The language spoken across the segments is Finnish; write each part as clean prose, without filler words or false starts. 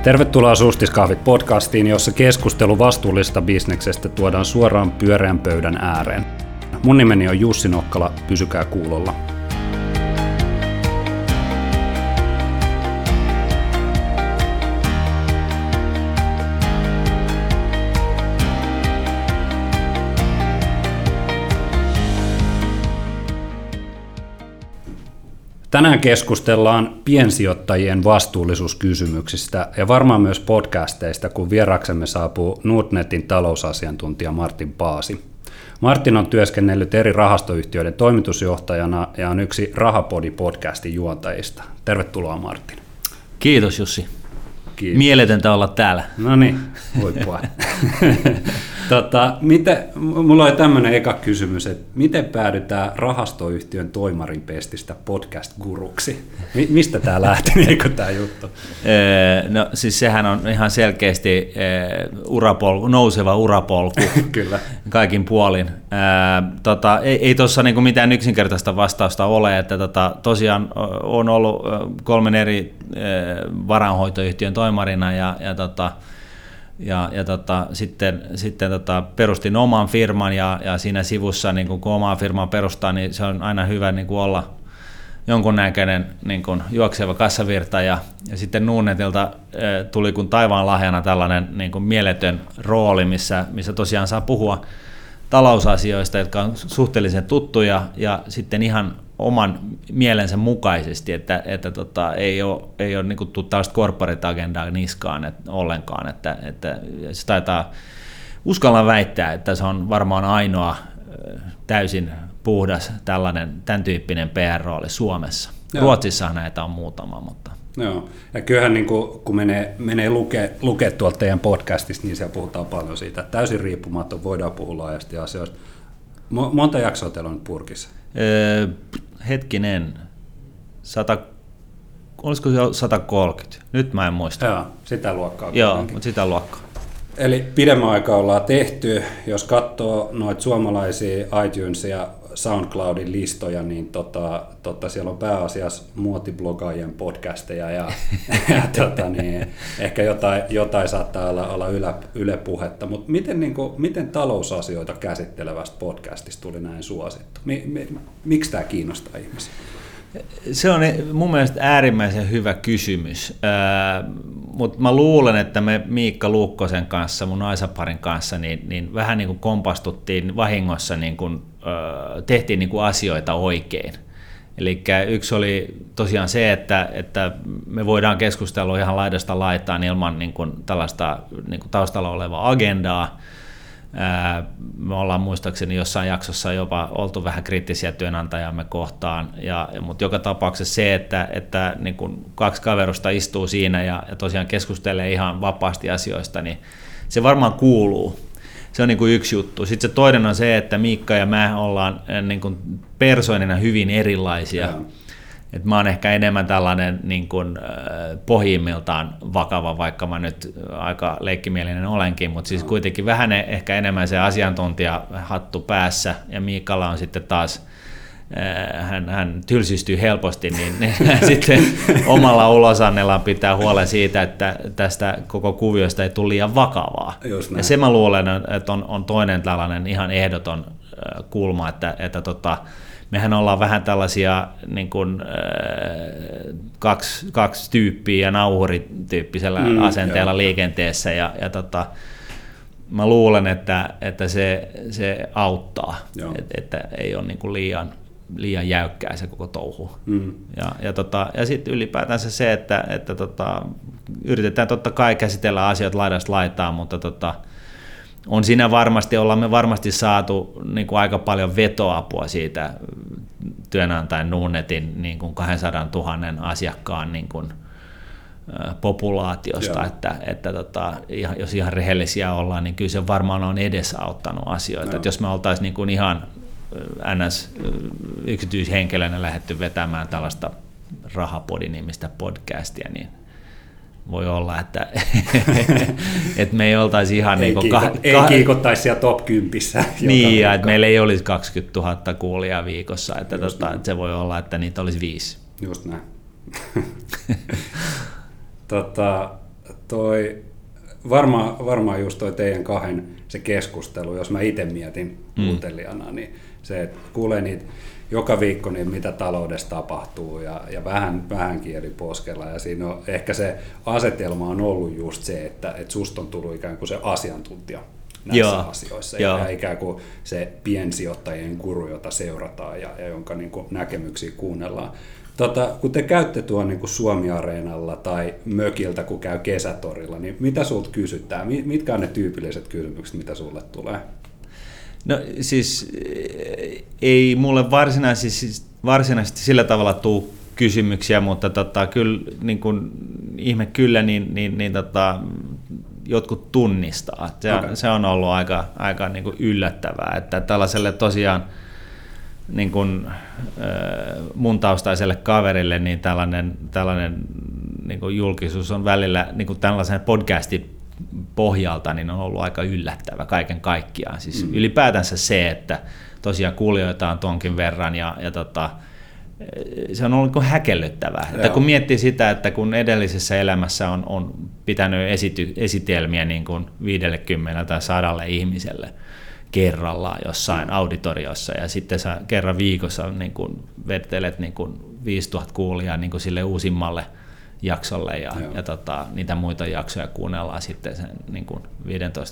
Tervetuloa Sustiskahvit podcastiin, jossa keskustelu vastuullisesta bisneksestä tuodaan suoraan pyöreän pöydän ääreen. Mun nimeni on Jussi Nokkala, pysykää kuulolla. Tänään keskustellaan piensijoittajien vastuullisuuskysymyksistä ja varmaan myös podcasteista, kun vieraksemme saapuu Nordnetin talousasiantuntija Martin Paasi. Martin on työskennellyt eri rahastoyhtiöiden toimitusjohtajana ja on yksi Rahapodi-podcastin juontajista. Tervetuloa Martin. Kiitos Jussi. Kiitos. Mieletöntä olla täällä. No niin, huippua. Mulla oli tämmöinen eka kysymys, että miten päädytään rahastoyhtiön toimarin pestistä podcast-guruksi? Mistä tämä lähti, eikö tämä juttu? No siis sehän on ihan selkeästi nouseva urapolku. Kyllä. Kaikin puolin. Ei tuossa niinku mitään yksinkertaista vastausta ole, että tosiaan on ollut 3 eri varainhoitoyhtiön toimarina ja sitten perustin oman firman ja siinä sivussa, niin kun omaa firmaa perustaa, niin se on aina hyvä niin kuin olla jonkunnäköinen niin kuin juokseva kassavirta ja sitten Nordnetilta tuli kun taivaan lahjana tällainen niin kuin mieletön rooli, missä tosiaan saa puhua talousasioista, jotka on suhteellisen tuttuja ja sitten ihan oman mielensä mukaisesti, että ei ole niin kuin tällaista corporate-agendaa niskaan ollenkaan, että se taitaa uskallan väittää, että se on varmaan ainoa täysin puhdas tämän tyyppinen PR-rooli Suomessa. Joo. Ruotsissahan näitä on muutama, mutta... Joo, ja kyllähän niin kun menee lukea tuolta teidän podcastista, niin siellä puhutaan paljon siitä, että täysin riippumaton, voidaan puhua laajasti asioista. Monta jaksoa teillä on nyt purkissa? Hetkinen, olisiko se 130? Nyt mä en muista. Joo, sitä luokkaa. Joo, mutta sitä luokkaa. Eli pidemmän aikaa ollaan tehty, jos katsoo noita suomalaisia iTunes ja SoundCloudin listoja, niin siellä on pääasiassa muotiblogaajien podcasteja ja niin, ehkä jotain saattaa olla Yle-puhetta, mutta miten talousasioita käsittelevästä podcastista tuli näin suosittu? Miksi tämä kiinnostaa ihmisiä? Se on mun mielestä äärimmäisen hyvä kysymys, mutta mä luulen, että me Miikka Luukkosen kanssa, mun Aisaparin kanssa, niin vähän niin kuin kompastuttiin vahingossa, niin kuin, tehtiin niin kuin asioita oikein. Eli yksi oli tosiaan se, että me voidaan keskustella ihan laidasta laitaan ilman niin kuin tällaista niin kuin taustalla olevaa agendaa. Me ollaan muistaakseni jossain jaksossa jopa oltu vähän kriittisiä työnantajamme kohtaan, mutta joka tapauksessa se, että niin kun 2 kaverusta istuu siinä ja tosiaan keskustelee ihan vapaasti asioista, niin se varmaan kuuluu. Se on niin kuin yksi juttu. Sitten se toinen on se, että Miikka ja mä ollaan niin kuin persoonina hyvin erilaisia. Et mä oon ehkä enemmän tällainen niin kuin, pohjimmiltaan vakava, vaikka mä nyt aika leikkimielinen olenkin, mutta siis kuitenkin vähän ehkä enemmän se asiantuntijahattu päässä, ja Miikalla on sitten taas, hän tylsistyy helposti, niin sitten omalla ulosannellaan pitää huolen siitä, että tästä koko kuviosta ei tule liian vakavaa. Ja se mä luulen, että on toinen tällainen ihan ehdoton kulma, että mehän ollaan vähän tällaisia niin kuin, kaksi tyyppiä ja nauhurityyppisellä asenteella liikenteessä ja mä luulen, että se auttaa, että ei ole niin kuin liian jäykkää se koko touhu. Ja sitten ylipäätänsä se, että yritetään totta kai käsitellä asioita laidasta laitaan, mutta on siinä ollaan me varmasti saatu niin kuin aika paljon vetoapua siitä työnantajan Nordnetin niin kuin 200 000 asiakkaan niin kuin, populaatiosta, että jos ihan rehellisiä ollaan, niin kyllä se varmaan on edesauttanut asioita. Että jos me oltaisiin niin kuin ihan yksityishenkilönä lähdetty vetämään tällaista Rahapodi-nimistä podcastia, niin voi olla, että me ei oltaisi ihan... Ei kiikottaisi siellä top 10. Niin, ja että meillä ei olisi 20 000 kuulijaa viikossa, että se voi olla, että niitä olisi 5. Just näin. varmaan just toi teidän kahden se keskustelu, jos mä itse mietin kuuntelijana, niin se, että kuulee niitä joka viikko, niin mitä taloudessa tapahtuu ja vähän kieli poskella. Ja siinä on ehkä se asetelma on ollut just se, että susta on tullut ikään kuin se asiantuntija näissä asioissa. Ja ikään kuin se piensijoittajien guru, jota seurataan ja jonka niin kuin näkemyksiä kuunnellaan. Kun te käytte tuon niin kuin Suomi-areenalla tai mökiltä, kun käy kesätorilla, niin mitä sulta kysytään? Mitkä on ne tyypilliset kysymykset, mitä sulle tulee? No siis ei mulle varsinaisesti sillä tavalla tule kysymyksiä, mutta kyllä niin kuin, ihme kyllä, niin jotkut tunnistaa. Se on ollut aika niin kuin yllättävää, että tällaiselle tosiaan niin kuin, mun taustaiselle kaverille niin tällainen niin kuin julkisuus on välillä niin kuin tällaisen podcastin pohjalta niin on ollut aika yllättävä kaiken kaikkiaan. Siis ylipäätänsä se, että tosiaan kuulijoita on tonkin verran ja se on ollut häkellyttävää. Että kun miettii sitä, että kun edellisessä elämässä on pitänyt esitelmiä niin kuin 50 tai 100 ihmiselle kerrallaan jossain auditoriossa ja sitten sä kerran viikossa niin kuin vetelet niin kuin 5000 kuulijaa niin kuin sille uusimmalle jaksolle ja niitä muita jaksoja kuunnellaan sitten sen niin kuin 15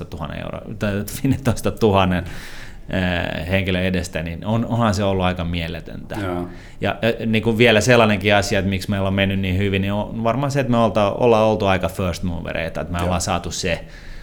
000 henkilön edestä, niin onhan se ollut aika mieletöntä. Ja niin kuin vielä sellainenkin asia, että miksi meillä on mennyt niin hyvin, niin on varmaan se, että me ollaan oltu aika first movereita, että me ollaan saatu se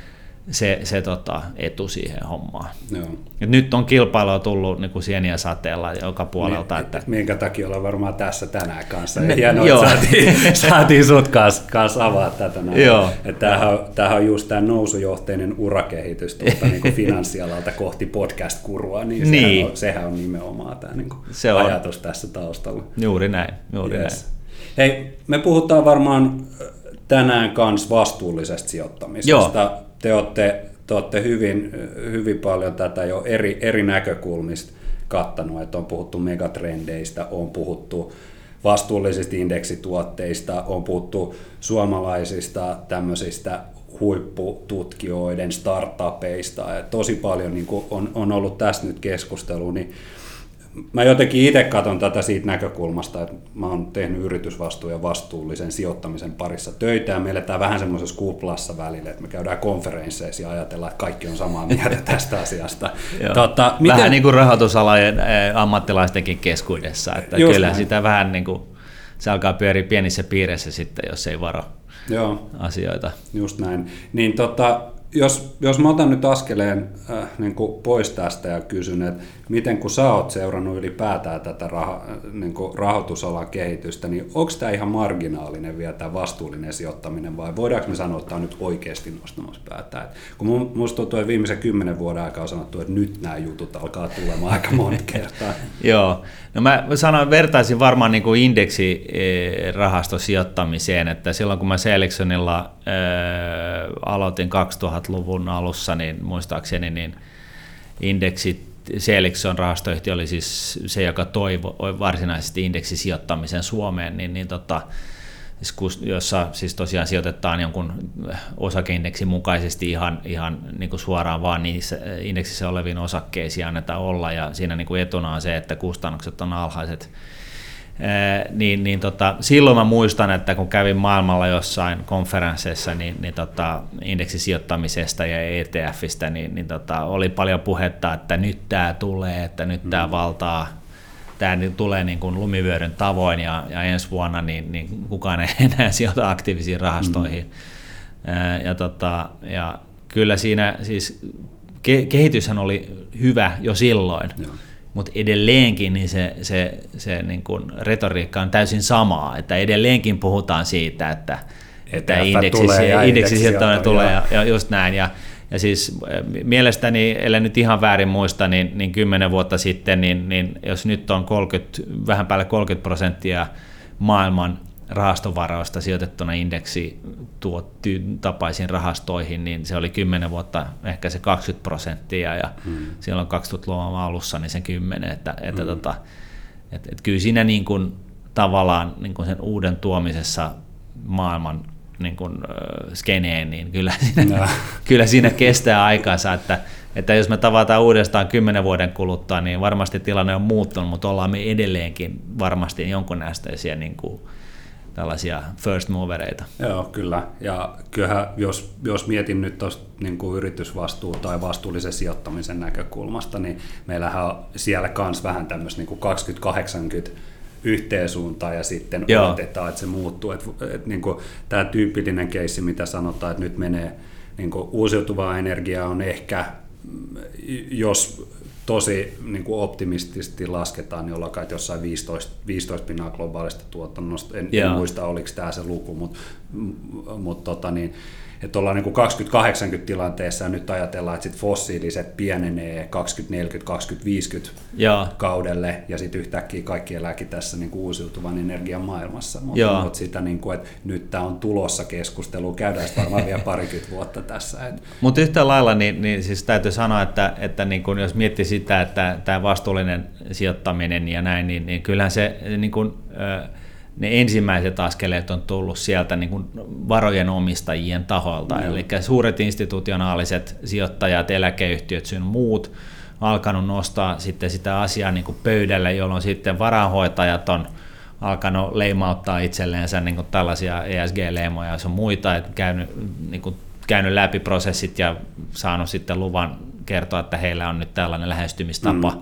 etu siihen hommaan. Et nyt on kilpailua tullut niin kuin sieniä sateella joka puolelta. Minkä takia ollaan varmaan tässä tänään kanssa. Hienoa, että saatiin sut kanssa avaa tätä. Tämähän on just tämä nousujohteinen urakehitys niin kuin finanssialalta kohti podcast-kurua, niin sehän on nimenomaan tämä niin kuin ajatus tässä taustalla. Juuri näin. Hei, me puhutaan varmaan tänään kanssa vastuullisesta sijoittamisesta. Te olette hyvin paljon tätä jo eri näkökulmista kattanut, että on puhuttu megatrendeistä, on puhuttu vastuullisista indeksituotteista, on puhuttu suomalaisista tämmöisistä huippututkijoiden startupeista, ja tosi paljon niin kuin on ollut tässä nyt keskustelua, niin mä jotenkin itse katson tätä siitä näkökulmasta, että mä oon tehnyt yritysvastuun ja vastuullisen sijoittamisen parissa töitä ja me eletään vähän semmoisessa kuplassa välillä, että me käydään konferensseissa ja ajatellaan, että kaikki on samaa mieltä tästä asiasta. Vähän niin kuin rahoitusalojen ammattilaistenkin keskuudessa, että kyllä näin. Sitä vähän niin kuin, se alkaa pyöriä pienissä piireissä sitten, jos ei varo asioita. Just näin. Niin jos mä otan nyt askeleen niin kuin pois tästä ja kysyn, että miten kun sä oot seurannut ylipäätään tätä niin kuin rahoitusalan kehitystä, niin onko tämä ihan marginaalinen vielä tämä vastuullinen sijoittaminen vai voidaanko me sanoa, että tämä on nyt oikeasti nostamassa päätään? Kun musta tuntuu, että viimeisen 10 vuoden aikaa on sanottu, että nyt nämä jutut alkaa tulemaan aika monta kertaa. Joo, no mä vertaisin varmaan niin kuin indeksirahastosijoittamiseen, että silloin kun mä Selectionilla aloitin 2000-luvun alussa, niin muistaakseni niin Selection rahastoyhtiö oli siis se, joka toivoi varsinaisesti indeksisijoittamisen Suomeen, jossa siis tosiaan sijoitetaan jonkun osakeindeksin mukaisesti ihan niin kuin suoraan vaan niissä indeksissä oleviin osakkeisiin annetaan olla, ja siinä niin kuin etuna on se, että kustannukset on alhaiset. Silloin mä muistan, että kun kävin maailmalla jossain konferensseissa niin indeksisijoittamisesta ja ETFistä, niin oli paljon puhetta, että nyt tämä tulee, että nyt tämä valtaa, tämä tulee niin kuin lumivyöryn tavoin ja ensi vuonna niin kukaan ei enää sijoita aktiivisiin rahastoihin. Ja kyllä siinä siis kehityshän oli hyvä jo silloin. Mutta edelleenkin niin se niin kuin retoriikka on täysin samaa, että edelleenkin puhutaan siitä, että indeksisijoittaminen tulee ja just näin. Ja siis mielestäni, ellei nyt ihan väärin muista, niin 10 vuotta sitten, niin jos nyt on vähän päälle 30% maailman rahastovaroista sijoitettuna indeksitapaisiin rahastoihin, niin se oli 10 vuotta ehkä se 20%, ja silloin 2000-luvun alussa niin se 10%, että kyllä siinä niin kuin, tavallaan niin kuin sen uuden tuomisessa maailman niin kuin, skeneen, niin kyllä siinä kestää aikansa, että jos me tavataan uudestaan 10 vuoden kuluttua, niin varmasti tilanne on muuttunut, mutta ollaan me edelleenkin varmasti jonkunnäköisiä niin kuin tällaisia first movereita. Joo, kyllä. Ja kyllähän, jos mietin nyt tuosta niin kuin yritysvastuu- tai vastuullisen sijoittamisen näkökulmasta, niin meillähän on siellä myös vähän tämmöistä niin kuin 20-80 yhteen suuntaan ja sitten odotetaan, että se muuttuu. Niin kuin tämä tyypillinen keissi, mitä sanotaan, että nyt menee niin kuin uusiutuvaa energiaa on ehkä, jos tosi niin kuin optimistisesti lasketaan, niin ollaan kai jossain 15% globaalista tuotannosta. En muista, oliko tämä se luku, mutta että ollaan niin kuin 2080 tilanteessa ja nyt ajatellaan, että sit fossiiliset pienenee 2040-2050 kaudelle ja sitten yhtäkkiä kaikki elääkin tässä niin kuin uusiutuvan energian maailmassa. Mutta sitä, niin kuin, että nyt tämä on tulossa keskustelua, käydään varmaan vielä parikymmentä vuotta tässä. Mutta yhtä lailla niin siis täytyy sanoa, että niin kun jos miettii sitä, että tämä vastuullinen sijoittaminen ja näin, niin kyllähän se niin kun, ne ensimmäiset askeleet on tullut sieltä niin kuin varojen omistajien taholta, eli suuret institutionaaliset sijoittajat, eläkeyhtiöt sun muut alkanut nostaa sitten sitä asiaa niin kuin pöydälle, jolloin sitten varainhoitajat on alkanut leimauttaa itselleensä niin kuin tällaisia ESG-leimoja ja sun muita, että käynyt läpi prosessit ja saanut sitten luvan kertoa, että heillä on nyt tällainen lähestymistapa.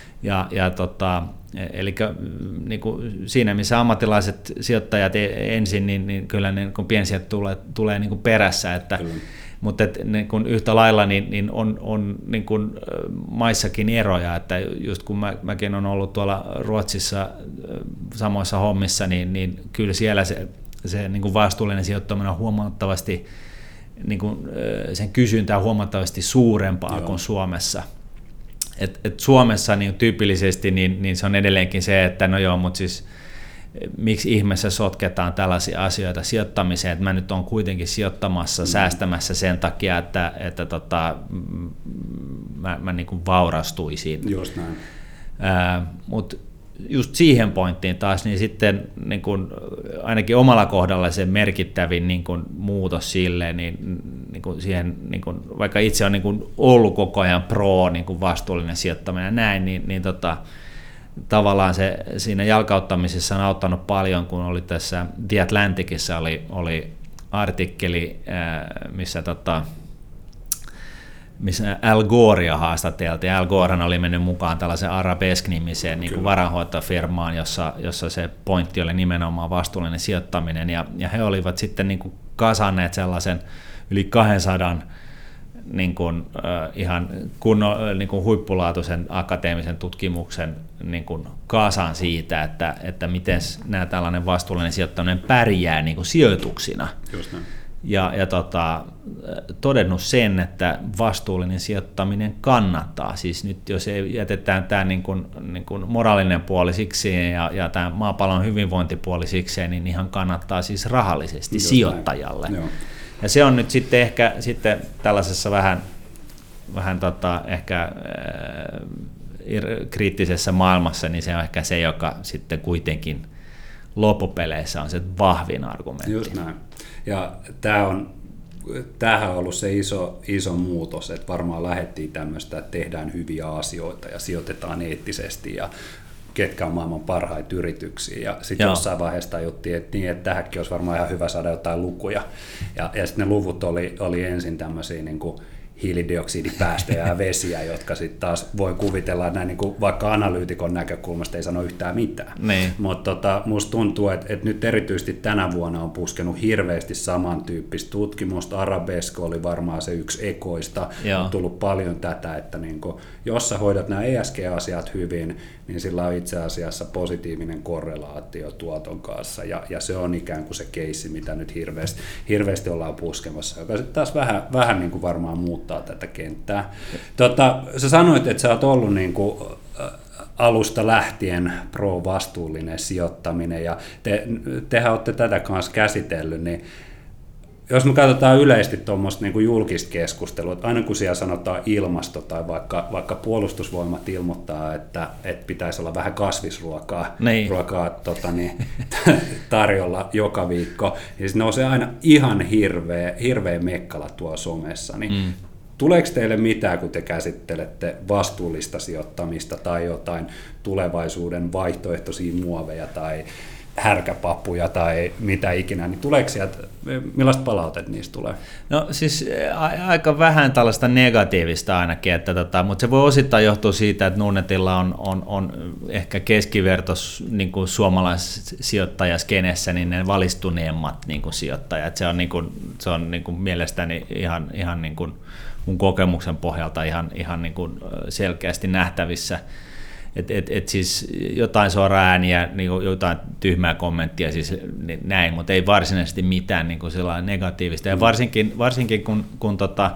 Eli niin kuin siinä, missä ammattilaiset sijoittajat ensin, niin kyllä ne niin piensijoit tulee niin kuin perässä, mutta niin kuin yhtä lailla niin on niin kuin maissakin eroja, että just kun mäkin olen ollut tuolla Ruotsissa samoissa hommissa, niin kyllä siellä se niin kuin vastuullinen sijoittaminen on huomattavasti, niin kuin sen kysyntä on huomattavasti suurempaa kuin Suomessa. Et Suomessa niin tyypillisesti niin se on edelleenkin se, että no joo, mutta siis miksi ihmeessä sotketaan tällaisia asioita sijoittamiseen, että mä nyt olen kuitenkin sijoittamassa, säästämässä sen takia, että mä niin kuin vaurastuisin. Just näin. Mutta just siihen pointtiin taas, niin sitten niin kun, ainakin omalla kohdalla se merkittävin niin kun, muutos silleen, niin kun siihen, niin kun, vaikka itse on niin kun, ollut koko ajan pro niin kun vastuullinen sijoittaminen ja näin, niin tavallaan se siinä jalkauttamisessa on auttanut paljon, kun oli tässä The Atlanticissa oli artikkeli, missä Al Gorea haastateltiin. Al Gorehan oli mennyt mukaan tällaisen Arabesque-nimiseen niin varainhoitojafirmaan, jossa se pointti oli nimenomaan vastuullinen sijoittaminen, ja he olivat sitten niin kuin kasanneet sellaisen yli 200 niin kuin, ihan niin kuin huippulaatuisen akateemisen tutkimuksen niin kuin kasan siitä, että miten nämä tällainen vastuullinen sijoittaminen pärjää niin kuin sijoituksina. Just näin. Ja todennut sen, että vastuullinen sijoittaminen kannattaa. Siis nyt jos jätetään tämä niin kuin moraalinen puoli sikseen ja tämä maapallon hyvinvointipuoli sikseen, niin ihan kannattaa siis rahallisesti sijoittajalle. Ja se on nyt sitten ehkä sitten tällaisessa vähän ehkä kriittisessä maailmassa, niin se on ehkä se, joka sitten kuitenkin loppupeleissä on se vahvin argumentti. Just näin. Ja tämähän on ollut se iso muutos, että varmaan lähdettiin tämmöistä, että tehdään hyviä asioita ja sijoitetaan eettisesti ja ketkä on maailman parhaita yrityksiä. Ja sitten jossain vaiheessa tajuttiin, että tähänkin olisi varmaan ihan hyvä saada jotain lukuja. Ja sitten ne luvut oli ensin tämmöisiä niin kuin hiilidioksidipäästöjä ja vesiä, jotka sitten taas voi kuvitella, että näin niin kuin vaikka analyytikon näkökulmasta ei sano yhtään mitään. Niin. Mutta musta tuntuu, että nyt erityisesti tänä vuonna on puskenut hirveästi samantyyppistä tutkimusta. Arabesque oli varmaan se yksi ekoista. On tullut paljon tätä, että niin kuin, jos sä hoidat nämä ESG-asiat hyvin, niin sillä on itse asiassa positiivinen korrelaatio tuoton kanssa. Ja se on ikään kuin se keissi, mitä nyt hirveästi ollaan puskemassa, joka sitten taas vähän niin kuin varmaan muuttaa tätä kenttää. Sä sanoit, että sä oot ollut niin kuin alusta lähtien pro-vastuullinen sijoittaminen, ja tehän olette tätä kanssa käsitellyt, niin jos me katsotaan yleisesti tuommoista niin kuin julkista keskustelua, että aina kun siellä sanotaan ilmasto tai vaikka puolustusvoimat ilmoittaa, että pitäisi olla vähän kasvisruokaa tarjolla joka viikko, niin se nousee aina ihan hirveä mekkala tuolla somessa. Niin tuleeko teille mitään, kun te käsittelette vastuullista sijoittamista tai jotain tulevaisuuden vaihtoehtoisia muoveja tai härkäpapuja tai mitä ikinä, niin tuleeko sieltä, millaista palautet niistä tulee? No siis aika vähän tällaista negatiivista ainakin, mutta se voi osittain johtua siitä, että Nordnetilla on ehkä keskivertos niin kuin suomalaissijoittajaskenessä niin ne valistuneemmat niin kuin sijoittajat. Se on niin kuin mielestäni ihan niin kuin mun kokemuksen pohjalta ihan niin kuin selkeästi nähtävissä. Siis jotain suoraa ääniä, niin jotain tyhmää kommenttia, siis näin, mutta ei varsinaisesti mitään niin kuin sellainen negatiivista. Ja varsinkin kun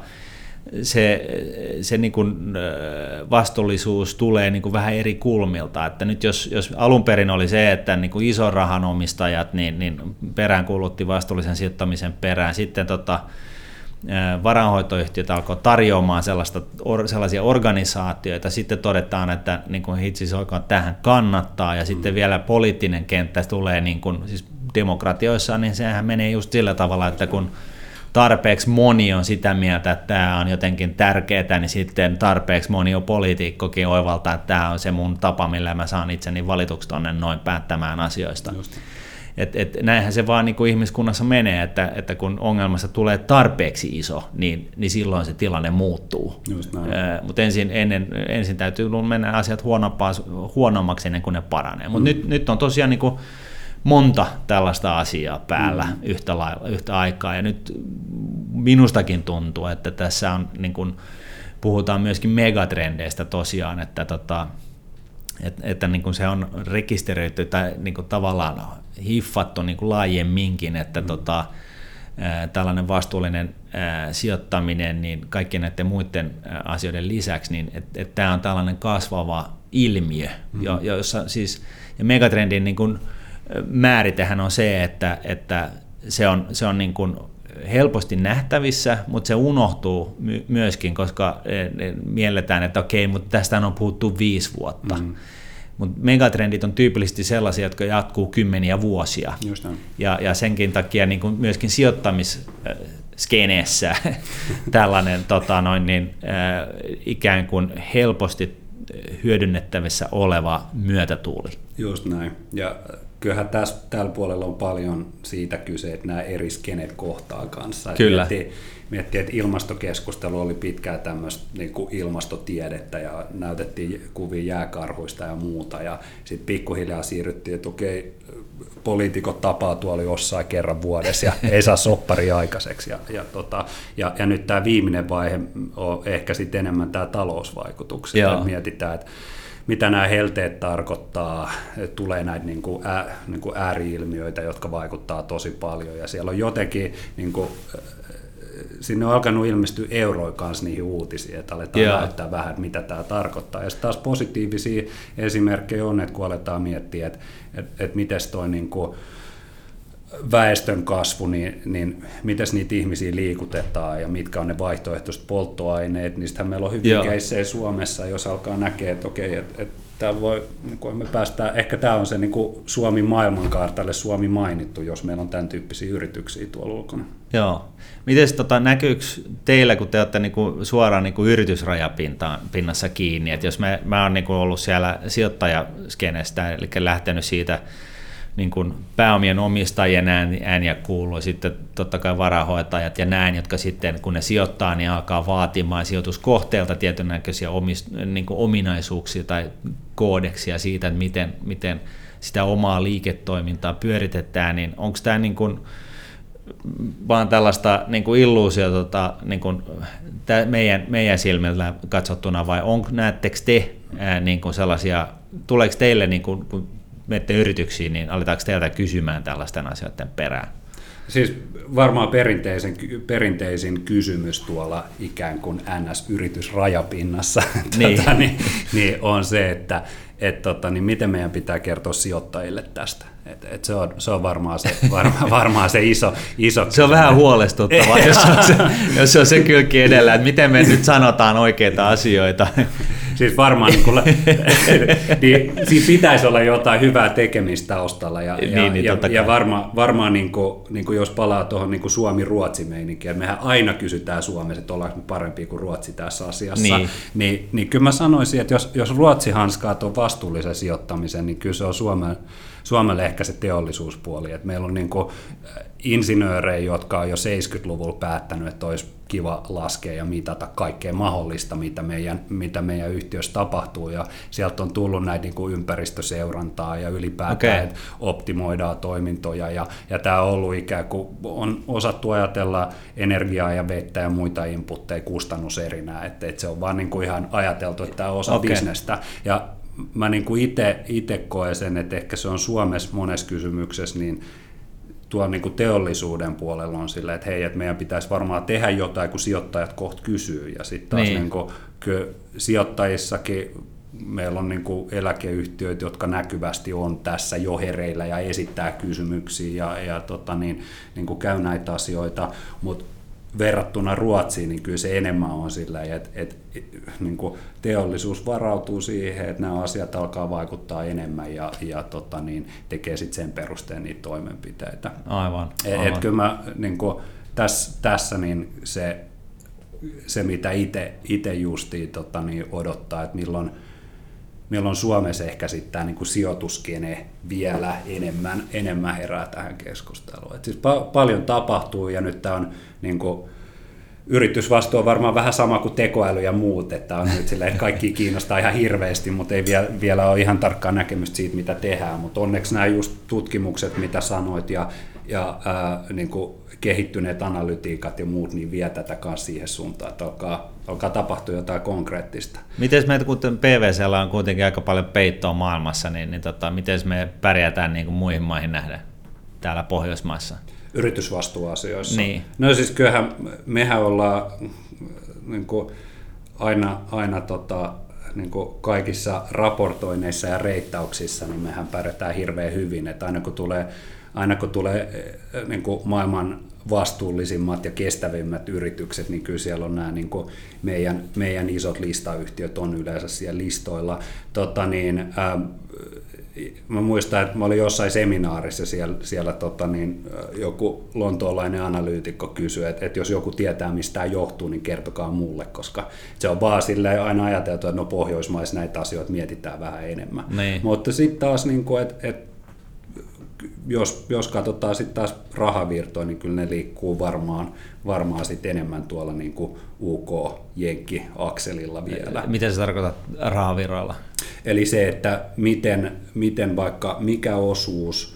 se niin kuin vastuullisuus tulee niin kuin vähän eri kulmilta. Että nyt jos alun perin oli se, että niin kuin ison rahan omistajat niin peräänkuulutti vastuullisen sijoittamisen perään, sitten varainhoitoyhtiöt alkoi tarjoamaan sellaisia organisaatioita, sitten todetaan, että niin kuin hitsis oikein tähän kannattaa, ja sitten vielä poliittinen kenttä tulee, niin kuin, siis demokratioissa, niin sehän menee just sillä tavalla, että kun tarpeeksi moni on sitä mieltä, että tämä on jotenkin tärkeää, niin sitten tarpeeksi moni on poliitikkokin oivaltaa, että tämä on se mun tapa, millä mä saan itseni valituksi tuonne noin päättämään asioista. Just. Näinhän se vaan niin kuin ihmiskunnassa menee, että kun ongelmassa tulee tarpeeksi iso, niin silloin se tilanne muuttuu. Mutta ensin täytyy mennä asiat huonommaksi ennen kuin ne paranee. Mutta nyt on tosiaan niin kuin monta tällaista asiaa päällä yhtä aikaa, ja nyt minustakin tuntuu, että tässä on, niin kuin, puhutaan myöskin megatrendeistä tosiaan, että niin kuin se on rekisteröity tai niin kuin tavallaan hiffattu niin kuin laajemminkin, että tällainen vastuullinen sijoittaminen niin kaikkien näiden muiden asioiden lisäksi, niin että tämä on tällainen kasvava ilmiö, jossa siis, ja megatrendin niin kuin määritehän on se, että se on niin kuin helposti nähtävissä, mutta se unohtuu myöskin, koska mielletään, että okei, mutta tästä on puhuttu 5 vuotta. Mutta megatrendit on tyypillisesti sellaisia, jotka jatkuu kymmeniä vuosia. Ja senkin takia niin kuin myöskin sijoittamisskeneessä tällainen ikään kuin helposti hyödynnettävissä oleva myötätuuli. Just näin. Ja kyllähän tällä puolella on paljon siitä kyse, että nämä eri skenet kohtaa kanssa. Kyllä. Miettii, että ilmastokeskustelu oli pitkään tämmöistä niin kuin ilmastotiedettä ja näytettiin kuvia jääkarhuista ja muuta. Ja sitten pikkuhiljaa siirryttiin, että okei, poliitikot tapaa tuolla jossain kerran vuodessa ja ei saa sopparia aikaiseksi. Ja nyt tämä viimeinen vaihe on ehkä sitten enemmän tämä talousvaikutukset. Mietitään, että mitä nämä helteet tarkoittaa, tulee näitä niin kuin ääri-ilmiöitä, jotka vaikuttaa tosi paljon, ja siellä on jotenkin, niin kuin, sinne on alkanut ilmestyä euroja kanssa niihin uutisiin, että aletaan näyttää vähän, mitä tämä tarkoittaa. Ja sitten taas positiivisia esimerkkejä on, että kun aletaan miettiä, että miten toi niin kuin väestön kasvu, niin miten niitä ihmisiä liikutetaan ja mitkä on ne vaihtoehtoiset polttoaineet, niistähän meillä on hyviä keissejä Suomessa, jos alkaa näkee, että okei, että tämä voi, niin kuin me päästään, ehkä tämä on se niin kuin Suomi maailmankartalle Suomi mainittu, jos meillä on tämän tyyppisiä yrityksiä tuolla ulkona. Joo. Miten näkyykö teillä, kun te olette niin kuin suoraan niin kuin yritysrajapinnassa kiinni, että jos mä oon niin kuin ollut siellä sijoittajaskenestä, eli lähtenyt siitä niin kuin pääomien omistajien ääniä kuuluu, sitten totta kai varainhoitajat ja näin, jotka sitten kun ne sijoittaa, niin alkaa vaatimaan sijoituskohteelta tietynäköisiä niin kuin ominaisuuksia tai koodeksia siitä, että miten sitä omaa liiketoimintaa pyöritetään, niin onko tämä niin kuin vaan tällaista niin kuin illuusiota niin kuin meidän silmillä katsottuna, vai näettekö te niin kuin sellaisia, tuleeko teille niin kuin, kun menette yrityksiin, niin aletaanko teiltä kysymään tällaisten asioiden perään? Siis varmaan perinteisin kysymys tuolla ikään kuin NS-yritysrajapinnassa niin on se, että niin miten meidän pitää kertoa sijoittajille tästä. Se on varmaan se iso se on vähän huolestuttavaa, jos se on se kylki edellä, että miten me nyt sanotaan oikeita asioita. Siis varmaan niin siinä pitäisi olla jotain hyvää tekemistä taustalla ja varmaan niin kuin jos palaa tuohon niin Suomi-Ruotsi-meininkiin, mehän aina kysytään Suomessa, että ollaanko me parempia kuin Ruotsi tässä asiassa, niin kyllä mä sanoisin, että jos Ruotsi hanskaa tuon vastuullisen sijoittamisen, niin kyllä se on Suomelle ehkä se teollisuuspuoli, että meillä on niin kuin insinöörejä, jotka on jo 70-luvulla päättänyt, että olisi kiva laskea ja mitata kaikkea mahdollista, mitä meidän yhtiössä tapahtuu, ja sieltä on tullut näitä niin kuin ympäristöseurantaa ja ylipäätään, että optimoidaan toimintoja, ja tämä on ollut ikään kuin, on osattu ajatella energiaa ja vettä ja muita inputteja kustannuserinä, että se on vaan niin kuin ihan ajateltu, että tämä on osa bisnestä, ja mä niin kuin itse koen sen, että ehkä se on Suomessa monessa kysymyksessä, niin tuolla niin kuin teollisuuden puolella on silleen, että hei, että meidän pitäisi varmaan tehdä jotain, kun sijoittajat kohta kysyy. Ja sitten taas niin kuin, sijoittajissakin meillä on niin kuin eläkeyhtiöitä, jotka näkyvästi on tässä jo hereillä ja esittää kysymyksiä ja niin kuin käy näitä asioita, mutta verrattuna Ruotsiin, niin kyllä se enemmän on sillä, että niin kuin teollisuus varautuu siihen, että nämä asiat alkaa vaikuttaa enemmän ja tekee sitten sen perusteen niitä toimenpiteitä. Aivan. Et kyllä mä niin kuin tässä niin se mitä itse justiin odottaa, että milloin Suomessa ehkä sitten tämä niin kuin sijoituskene vielä enemmän herää tähän keskusteluun. Et siis paljon tapahtuu ja nyt tämä on niin kuin, yritysvastuu on varmaan vähän sama kuin tekoäly ja muut, että on nyt silleen, että kaikki kiinnostaa ihan hirveästi, mutta ei vielä ole ihan tarkkaa näkemystä siitä, mitä tehdään, mutta onneksi nämä just tutkimukset, mitä sanoit ja niin kuin kehittyneet analytiikat ja muut, niin vie tätä kanssa siihen suuntaan, että alkaa tapahtua jotain konkreettista. Miten meitä, kun PVC:llä on kuitenkin aika paljon peittoa maailmassa, niin miten me pärjätään niin kuin muihin maihin nähdä täällä Pohjoismaissa? Yritysvastuuasioissa. Niin. No siis kyllähän mehän ollaan niin kuin aina niin kuin kaikissa raportoinneissa ja reittauksissa, niin mehän pärjätään hirveän hyvin, että aina kun tulee niin kuin maailman vastuullisimmat ja kestävimmät yritykset, niin kyllä siellä on nämä niin kuin meidän isot listayhtiöt on yleensä siellä listoilla. Mä muistan, että mä olin jossain seminaarissa siellä joku lontoolainen analyytikko kysyi, että jos joku tietää mistä tämä johtuu, niin kertokaa mulle, koska se on vaan silleen aina ajateltu, että no Pohjoismaissa näitä asioita mietitään vähän enemmän. Niin. Mutta sitten taas, niin kuin, että jos katsotaan sitten taas rahavirtoja, niin kyllä ne liikkuu varmaan sit enemmän tuolla niin kuin UK-Jenkki-akselilla vielä. Miten se tarkoittaa rahavirroilla? Eli se, että miten vaikka mikä osuus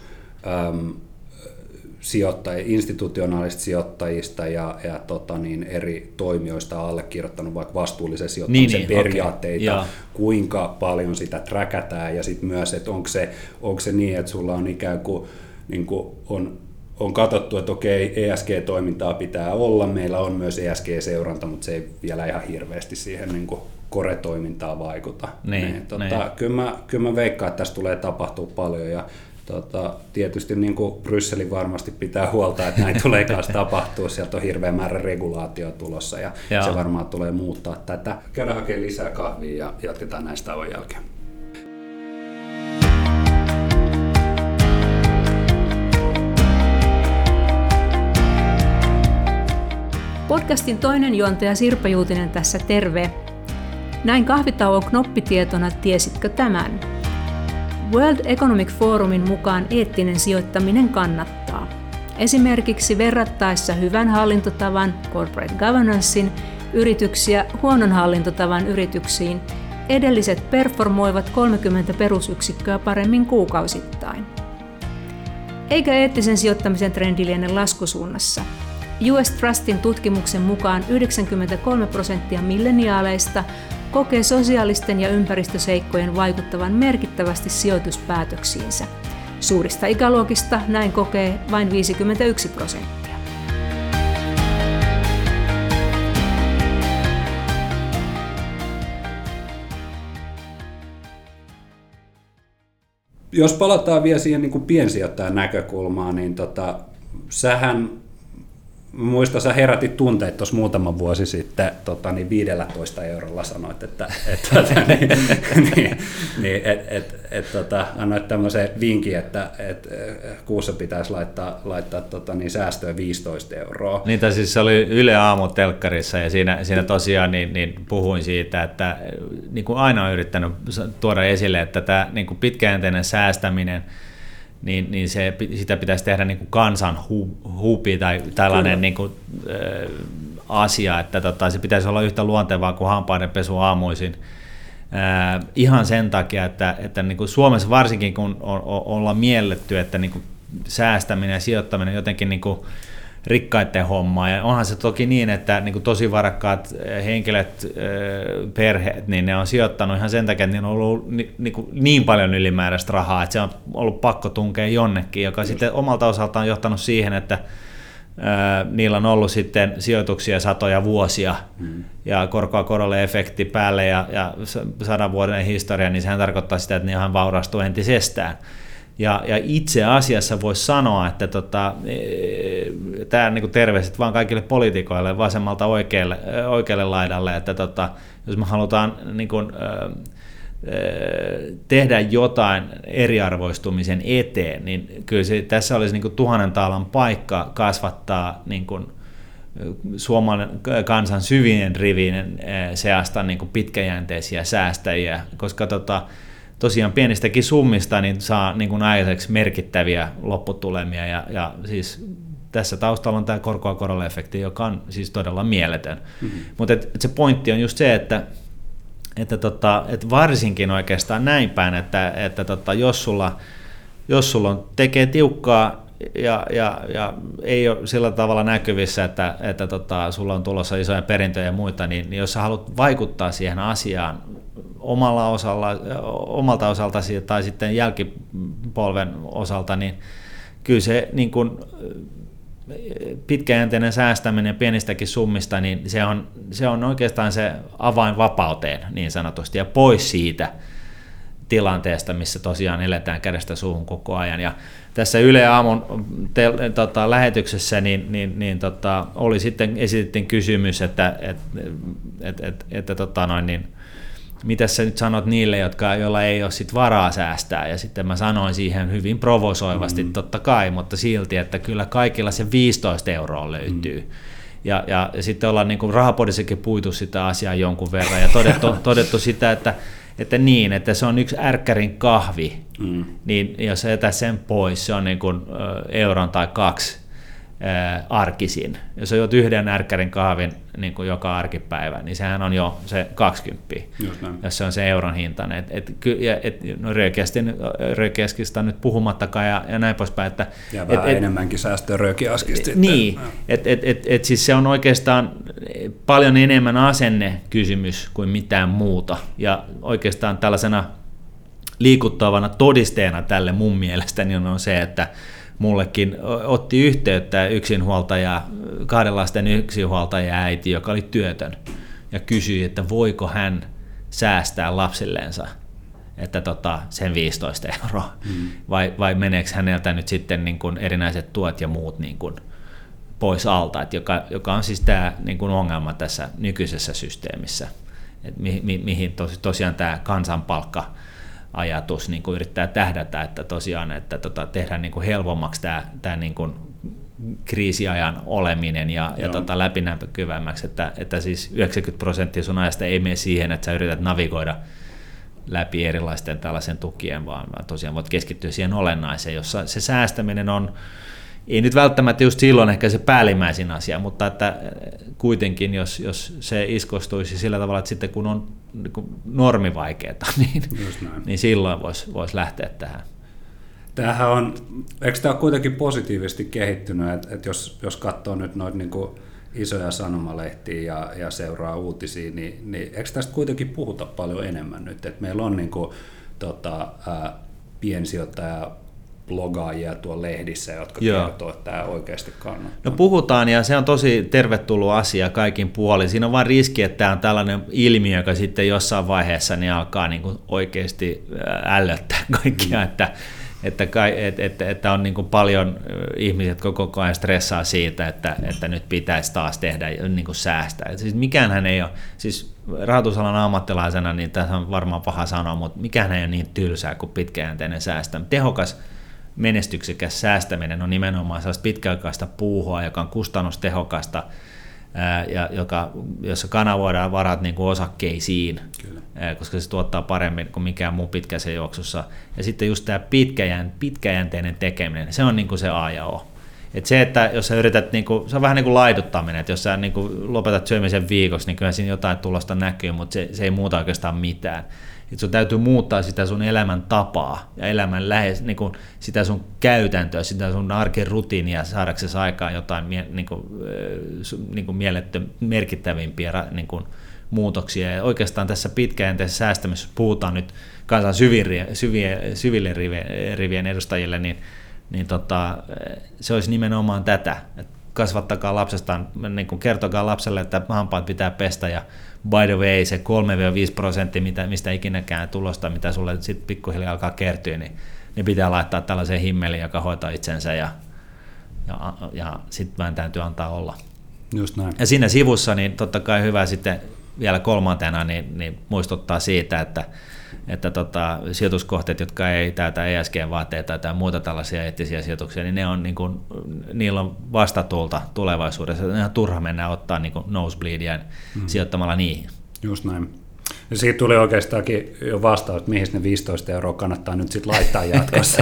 institutionaalisista sijoittajista ja eri toimijoista on allekirjoittanut vaikka vastuullisen sijoittamisen periaatteita, kuinka paljon sitä trackataan ja sitten myös, että onko se niin, että sulla on ikään kuin, on katsottu, että okei, ESG-toimintaa pitää olla, meillä on myös ESG-seuranta, mutta se ei vielä ihan hirveästi siihen niin kuin core-toimintaan vaikuta. Kyllä mä veikkaan, että tässä tulee tapahtua paljon ja tietysti niin kuin Brysselin varmasti pitää huolta, että näin tulee kanssa tapahtua. Sieltä on hirveä määrä regulaatio tulossa ja se varmaan tulee muuttaa tätä. Käydään hakemaan lisää kahvia ja jatketaan näistä tauon jälkeen. Podcastin toinen juontaja Sirpa Juutinen tässä terve. Näin kahvitauon knoppitietona tiesitkö tämän? World Economic Forumin mukaan eettinen sijoittaminen kannattaa. Esimerkiksi verrattaessa hyvän hallintotavan corporate governancein yrityksiä huonon hallintotavan yrityksiin, edelliset performoivat 30 perusyksikköä paremmin kuukausittain. Eikä eettisen sijoittamisen trendi liene laskusuunnassa. US Trustin tutkimuksen mukaan 93% milleniaaleista kokee sosiaalisten ja ympäristöseikkojen vaikuttavan merkittävästi sijoituspäätöksiinsä. Suurista ikäluokista näin kokee vain 51%. Jos palataan vielä siihen niin kuin piensijoittajan näkökulmaan, niin muistan, sä herätit tunteet tuossa muutama vuosi sitten niin 15 eurolla sanoit, että annoit tämmöisen vinkin, että kuussa pitäisi laittaa säästöön 15 euroa. Niitä siis se oli Yle Aamu telkkarissa ja siinä tosiaan niin puhuin siitä, että niin kuin aina olen yrittänyt tuoda esille, että tämä niin kuin pitkäjänteinen säästäminen, niin sitä pitäisi tehdä niin kuin kansan huupi tai tällainen niin kuin, asia, että se pitäisi olla yhtä luontevaa kuin hampaiden pesu aamuisin. Ihan sen takia, että niin kuin Suomessa varsinkin kun ollaan mielletty, että niin kuin säästäminen ja sijoittaminen jotenkin niin kuin rikkaiden hommaa, ja onhan se toki niin, että niin kuin tosi varakkaat henkilöt, perheet, niin ne on sijoittanut ihan sen takia, että niillä on ollut niin paljon ylimääräistä rahaa, että se on ollut pakko tunkea jonnekin, joka sitten omalta osaltaan johtanut siihen, että niillä on ollut sitten sijoituksia satoja vuosia ja korkoa korolle efekti päälle ja 100 vuoden historia, niin sehän tarkoittaa sitä, että ne ihan vaurastuu entisestään. Ja itse asiassa voisi sanoa, että tämä niin terveiset vaan kaikille poliitikoille vasemmalta oikealle laidalle, että jos me halutaan niin kuin, tehdä jotain eriarvoistumisen eteen, niin kyllä tässä olisi niin kuin 1000 taalan paikka kasvattaa niin kuin Suomen kansan syvien rivien seasta niin kuin pitkäjänteisiä säästäjiä, koska tosiaan pienistäkin summista niin saa niin kuin aikaiseksi merkittäviä lopputulemia ja siis tässä taustalla on tämä korkoa korolle efekti, joka on siis todella mieletön. Mutta se pointti on just se, että varsinkin oikeastaan näin päin, että jos sulla tekee tiukkaa ja ei ole sillä tavalla näkyvissä, että sulla on tulossa isoja perintöjä ja muita, niin jos sä haluat vaikuttaa siihen asiaan omalta osaltasi tai sitten jälkipolven osalta, niin kyllä se niin kuin pitkäjänteinen säästäminen pienistäkin summista, niin se on oikeastaan se avain vapauteen niin sanotusti ja pois siitä tilanteesta, missä tosiaan eletään kädestä suuhun koko ajan. Ja tässä Yle Aamun lähetyksessä oli sitten esitettiin kysymys, että mitä sä nyt sanot niille, joilla ei ole sit varaa säästää, ja sitten mä sanoin siihen hyvin provosoivasti, totta kai, mutta silti, että kyllä kaikilla se 15 euroa löytyy. Ja sitten ollaan niin kuin Rahapodissakin puitu sitä asiaa jonkun verran ja todettu sitä, että se on yksi ärkkärin kahvi, niin jos sä jätät sen pois, se on niin kuin euron tai 2 arkisin. Jos sä juot yhden ärkkärin kahvin niin kuin joka arkipäivä, niin sehän on jo se 20, jos se on se euron hintainen. Röökiaskista nyt puhumattakaan ja näin poispäin. Ja vähän enemmänkin säästöä röökiaskista. Niin, siis se on oikeastaan paljon enemmän asennekysymys kuin mitään muuta. Ja oikeastaan tällaisena liikuttavana todisteena tälle mun mielestäni on se, että mullekin otti yhteyttä yksinhuoltaja, 2 lasten yksinhuoltaja äiti, joka oli työtön, ja kysyi, että voiko hän säästää lapsillensa että sen 15 euroa, vai meneekö häneltä nyt sitten niin kuin erinäiset tuet ja muut niin kuin pois alta, että joka on siis tämä niin kuin ongelma tässä nykyisessä systeemissä, että mihin tosiaan tämä kansanpalkka-ajatus niin kuin yrittää tähdätä, että tosiaan että tehdään niin kuin helpommaksi tämä niin kuin kriisiajan oleminen ja läpinäkyvämmäksi, että siis 90% sun ajasta ei mene siihen, että sä yrität navigoida läpi erilaisten tällaisen tukien, vaan tosiaan voit keskittyä siihen olennaiseen, jossa se säästäminen on, ei nyt välttämättä just silloin ehkä se päällimmäisin asia, mutta että kuitenkin, jos se iskostuisi sillä tavalla, että sitten kun on normivaikeeta, niin silloin voisi lähteä tähän. Tämähän on, eikö tämä ole kuitenkin positiivisesti kehittynyt, että jos katsoo nyt noita niin kuin isoja sanomalehtiä ja seuraa uutisia, niin eikö tästä kuitenkin puhuta paljon enemmän nyt, että meillä on niin kuin, piensijoittaja blogaajia tuolla lehdissä, jotka kertoo, että tämä oikeasti kannattaa. No puhutaan, ja se on tosi tervetullut asia kaikin puolin. Siinä on vain riski, että tämä on tällainen ilmiö, joka sitten jossain vaiheessa niin alkaa niin kuin oikeasti ällöttää kaikkia, että on niin kuin paljon ihmiset koko ajan stressaa siitä, että nyt pitäisi taas tehdä niin kuin säästää. Siis mikäänhän ei ole, siis rahoitusalan ammattilaisena, niin tässä on varmaan paha sanoa, mutta mikään ei ole niin tylsää kuin pitkäjänteinen säästäminen. Tehokas, menestyksekäs säästäminen on nimenomaan sellaista pitkäaikaista puuhua, joka on kustannustehokasta, ja jossa kanavoidaan varat niin kuin osakkeisiin, kyllä, koska se tuottaa paremmin kuin mikään muu pitkässä juoksussa. Ja sitten just tämä pitkäjänteinen tekeminen, se on niin kuin se A ja O. Että jos sä yrität, niin kuin, se on vähän niin kuin laiduttaminen, että jos sä niin kuin lopetat syömisen viikoksi, niin kyllä siinä jotain tulosta näkyy, mutta se ei muuta oikeastaan mitään. Että sun täytyy muuttaa sitä sun elämäntapaa ja elämän niin kuin sitä sun käytäntöä, sitä sun arken rutiinia saadaksesi aikaan jotain niin kuin merkittävimpiä niin kuin muutoksia. Ja oikeastaan tässä pitkäjänteisessä säästämisessä puhutaan nyt kansan syville rivien edustajille, niin se olisi nimenomaan tätä. Kasvattakaa lapsestaan, niin kuin kertokaa lapselle, että hampaat pitää pestä, ja by the way, se 3-5%, mistä ikinäkään tulosta, mitä sulle sitten pikkuhiljaa alkaa kertyä, niin pitää laittaa tällaiseen himmeliin, joka hoitaa itsensä, ja sitten vähän täytyy antaa olla. Just näin. Ja siinä sivussa, niin totta kai hyvä sitten vielä kolmantena, niin muistuttaa siitä, että sijoituskohteet, jotka ei täytä ESG-vaateita tai muuta tällaisia eettisiä sijoituksia, niin ne on niin kuin, niillä on vastatuulta tulevaisuudessa. Ne on turha mennä ottaa niin kuin nosebleedia sijoittamalla niihin. Just näin. Ja siitä tuli oikeastaankin jo vastaus, että mihin ne 15 € kannattaa nyt sitten laittaa jatkossa,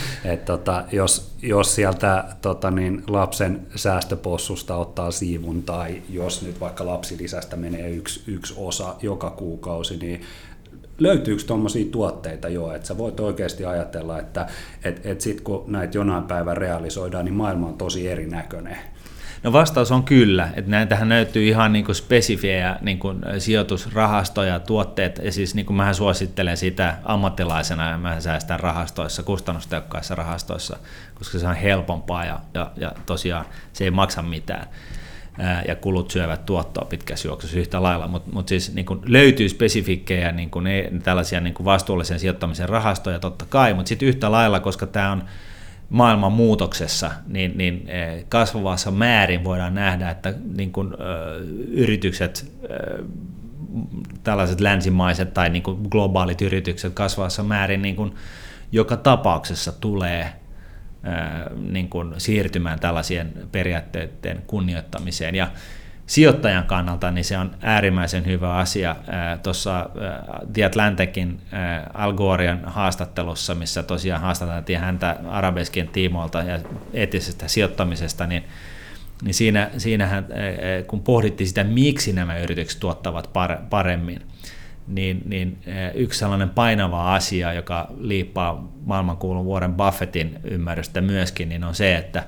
jos sieltä lapsen säästöpossusta ottaa siivun, tai jos nyt vaikka lapsilisästä menee yksi osa joka kuukausi, niin löytyykö tuommoisia tuotteita jo, että sä voit oikeasti ajatella, että sitten kun näitä jonain päivän realisoidaan, niin maailma on tosi erinäköinen? No vastaus on kyllä, että näitähän löytyy ihan niin kuin spesifejä niin kuin sijoitusrahastoja, tuotteet, ja siis niin kuin mähän suosittelen sitä ammattilaisena, ja mä säästän rahastoissa, kustannustehokkaissa rahastoissa, koska se on helpompaa, ja tosiaan se ei maksa mitään, ja kulut syövät tuottoa pitkässä juoksussa yhtä lailla, mutta siis niin kuin löytyy spesifikkejä niin kuin tällaisia niin kuin vastuullisen sijoittamisen rahastoja totta kai, mutta sitten yhtä lailla, koska tämä on maailman muutoksessa, niin kasvavassa määrin voidaan nähdä, että niin kuin, yritykset, tällaiset länsimaiset tai niin kuin globaalit yritykset kasvavassa määrin niin kuin joka tapauksessa tulee niin kuin siirtymään tällaisien periaatteiden kunnioittamiseen. Ja sijoittajan kannalta niin se on äärimmäisen hyvä asia. Tuossa The Atlanticin Al Goren haastattelussa, missä tosiaan haastateltiin häntä arabeskien tiimoilta ja eettisestä sijoittamisesta, niin siinähän, kun pohdittiin sitä, miksi nämä yritykset tuottavat paremmin, niin yksi sellainen painava asia, joka liippaa maailmankuulun Warren Buffettin ymmärrystä myöskin, niin on se, että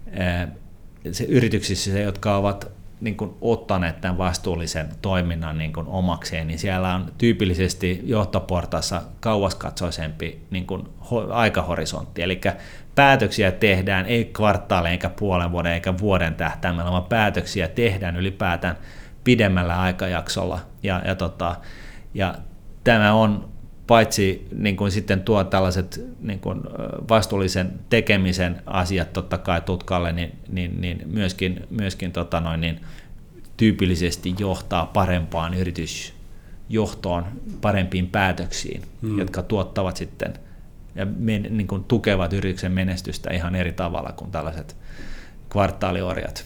se yrityksissä, jotka ovat niin kuin ottaneet tämän vastuullisen toiminnan niin kuin omakseen, niin siellä on tyypillisesti johtoportaassa kauaskatsoisempi niin kuin aikahorisontti, eli päätöksiä tehdään ei kvartaalin eikä puolen vuoden eikä vuoden tähtäimellä, vaan päätöksiä tehdään ylipäätään pidemmällä aikajaksolla, ja tämä on paitsi niin kuin sitten tuo tällaiset niin kuin vastuullisen tekemisen asiat totta kai tutkalle, niin myöskin tyypillisesti johtaa parempaan yritysjohtoon, parempiin päätöksiin, jotka tuottavat sitten ja niin kuin tukevat yrityksen menestystä ihan eri tavalla kuin tällaiset kvartaaliorjat.